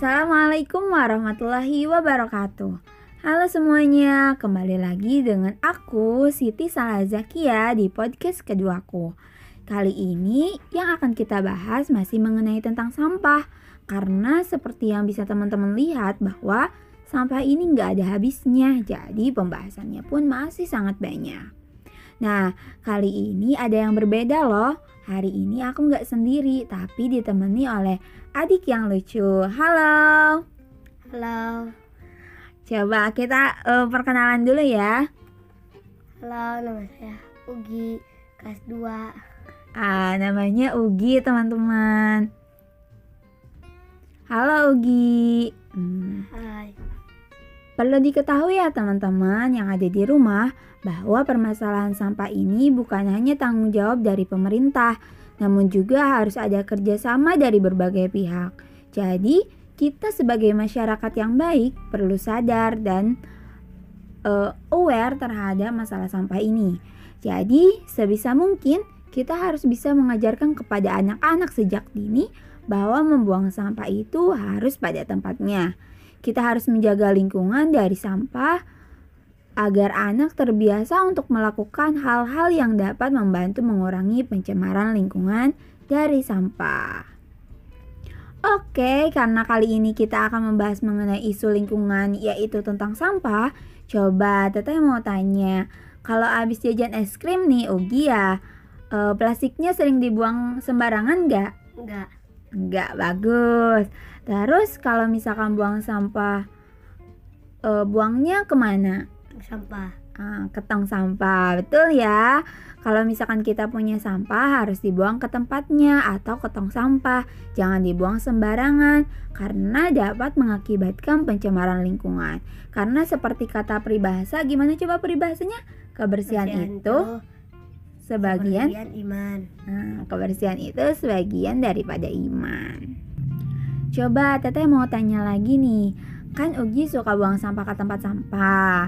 Assalamualaikum warahmatullahi wabarakatuh. Halo semuanya, kembali lagi dengan aku Siti Salazakia di podcast keduaku. Kali ini yang akan kita bahas masih mengenai tentang sampah. Karena seperti yang bisa teman-teman lihat bahwa sampah ini nggak ada habisnya, jadi pembahasannya pun masih sangat banyak. Nah, kali ini ada yang berbeda loh. Hari ini aku nggak sendiri, tapi ditemani oleh adik yang lucu. Halo. Halo. Coba kita perkenalan dulu ya. Halo, nama saya Ugi, kelas 2. Namanya Ugi teman-teman. Halo Ugi. Hai. Perlu diketahui ya teman-teman yang ada di rumah bahwa permasalahan sampah ini bukan hanya tanggung jawab dari pemerintah, namun juga harus ada kerjasama dari berbagai pihak. Jadi kita sebagai masyarakat yang baik perlu sadar dan aware terhadap masalah sampah ini. Jadi sebisa mungkin kita harus bisa mengajarkan kepada anak-anak sejak dini bahwa membuang sampah itu harus pada tempatnya. Kita harus menjaga lingkungan dari sampah agar anak terbiasa untuk melakukan hal-hal yang dapat membantu mengurangi pencemaran lingkungan dari sampah. Oke, karena kali ini kita akan membahas mengenai isu lingkungan, yaitu tentang sampah. Coba Teteh mau tanya, kalau abis jajan es krim nih Ugi ya, plastiknya sering dibuang sembarangan nggak? Enggak, bagus. Terus kalau misalkan buang sampah, buangnya kemana? Sampah. Ke tong sampah, betul ya. Kalau misalkan kita punya sampah harus dibuang ke tempatnya atau ke tong sampah. Jangan dibuang sembarangan karena dapat mengakibatkan pencemaran lingkungan. Karena seperti kata peribahasa, gimana coba peribahasanya? Kebersihan itu sebagian iman. Kebersihan itu sebagian daripada iman. Coba Teteh mau tanya lagi nih. Kan Ugi suka buang sampah ke tempat sampah.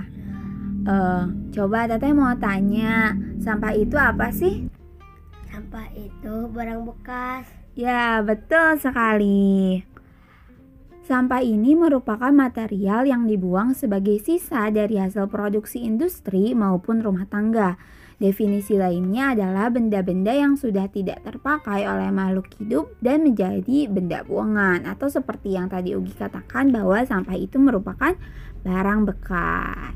Coba Teteh mau tanya, sampah itu apa sih? Sampah itu barang bekas. Ya, betul sekali. Sampah ini merupakan material yang dibuang sebagai sisa dari hasil produksi industri maupun rumah tangga. Definisi lainnya adalah benda-benda yang sudah tidak terpakai oleh makhluk hidup dan menjadi benda buangan. Atau seperti yang tadi Ugi katakan bahwa sampah itu merupakan barang bekas.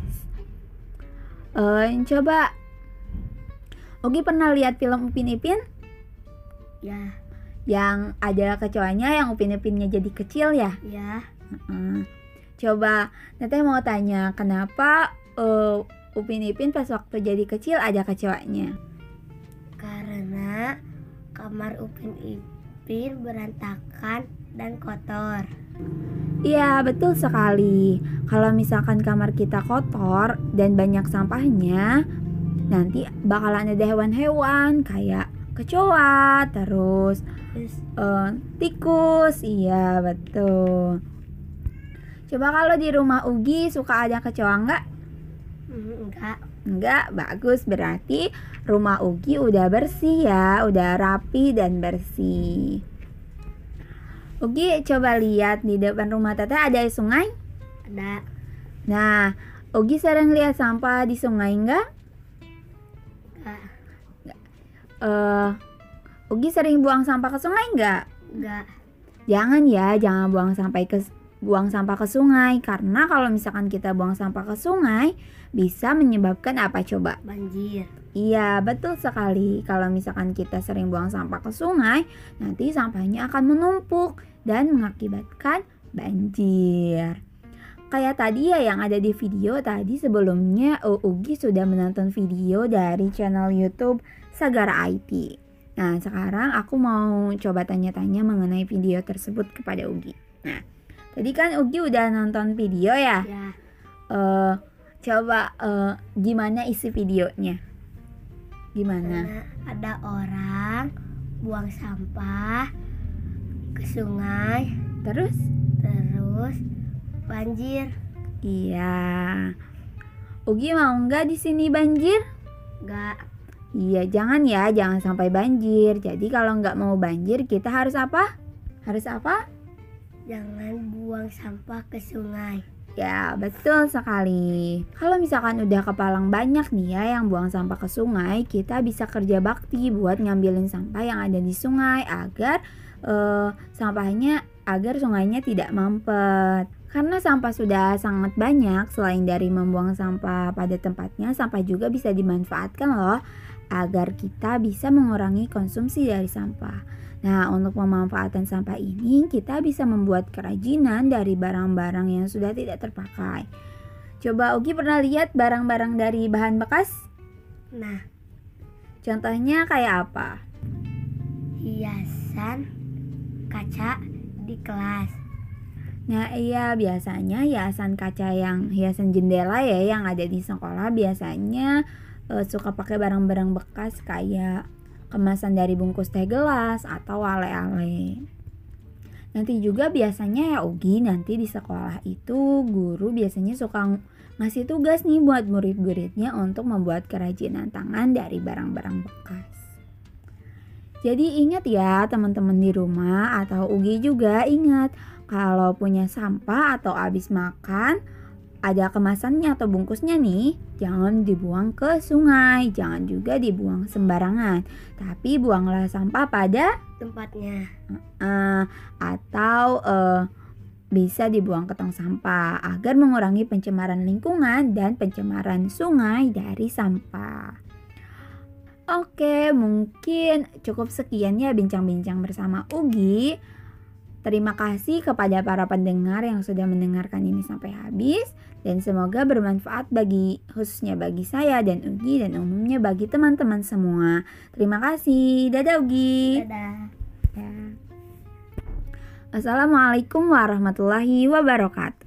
Coba Ugi pernah lihat film Upin Ipin? Ya. Yang ada kecoanya yang Upin Ipinnya jadi kecil ya? Ya. Coba Teteh mau tanya, kenapa Upin Ipin pas waktu jadi kecil ada kecoanya? Karena kamar Upin Ipin berantakan dan kotor. Iya, betul sekali. Kalau misalkan kamar kita kotor dan banyak sampahnya, nanti bakalan ada hewan-hewan kayak kecoa, terus tikus. Iya, betul. Coba kalau di rumah Ugi suka ada kecoa enggak? Enggak, bagus. Berarti rumah Ugi udah bersih ya, udah rapi dan bersih. Ugi coba lihat di depan rumah Teteh ada sungai? Ada. Nah, Ugi sering lihat sampah di sungai enggak? Ugi sering buang sampah ke sungai enggak? Enggak. Jangan ya, jangan buang sampah ke sungai, karena kalau misalkan kita buang sampah ke sungai bisa menyebabkan apa coba? Banjir. Iya, betul sekali. Kalau misalkan kita sering buang sampah ke sungai, nanti sampahnya akan menumpuk dan mengakibatkan banjir. Kayak tadi ya yang ada di video tadi sebelumnya, Ugi sudah menonton video dari channel YouTube Sagara IT. Nah, sekarang aku mau coba tanya-tanya mengenai video tersebut kepada Ugi. Nah, tadi kan Ugi udah nonton video ya? Ya. Coba gimana isi videonya? Gimana? Karena ada orang buang sampah ke sungai, Terus banjir. Iya. Ugi mau nggak di sini banjir? Enggak. Iya, jangan sampai banjir. Jadi kalau nggak mau banjir, kita harus apa? Jangan buang sampah ke sungai. Ya, betul sekali. Kalau misalkan udah kepalang banyak nih ya yang buang sampah ke sungai, kita bisa kerja bakti buat ngambilin sampah yang ada di sungai agar sungainya tidak mampet. Karena sampah sudah sangat banyak, selain dari membuang sampah pada tempatnya, sampah juga bisa dimanfaatkan loh agar kita bisa mengurangi konsumsi dari sampah. Nah, untuk pemanfaatan sampah ini, kita bisa membuat kerajinan dari barang-barang yang sudah tidak terpakai. Coba Ugi pernah lihat barang-barang dari bahan bekas? Nah, Contohnya kayak apa? hiasan kaca di kelas. Nah, iya, biasanya hiasan jendela ya yang ada di sekolah biasanya suka pakai barang-barang bekas kayak kemasan dari bungkus teh gelas atau ale-ale. Nanti juga biasanya ya Ugi, nanti di sekolah itu guru biasanya suka ngasih tugas nih buat murid-muridnya untuk membuat kerajinan tangan dari barang-barang bekas. Jadi ingat ya teman-teman di rumah, atau Ugi juga ingat, kalau punya sampah atau habis makan ada kemasannya atau bungkusnya nih, jangan dibuang ke sungai, jangan juga dibuang sembarangan, tapi buanglah sampah pada Tempatnya. atau bisa dibuang ke tong sampah agar mengurangi pencemaran lingkungan dan pencemaran sungai dari sampah. Oke, mungkin cukup sekian ya bincang-bincang bersama Ugi. Terima kasih kepada para pendengar yang sudah mendengarkan ini sampai habis, dan semoga bermanfaat khususnya bagi saya dan Ugi, dan umumnya bagi teman-teman semua. Terima kasih. Dadah Ugi. Dadah. Ya. Assalamualaikum warahmatullahi wabarakatuh.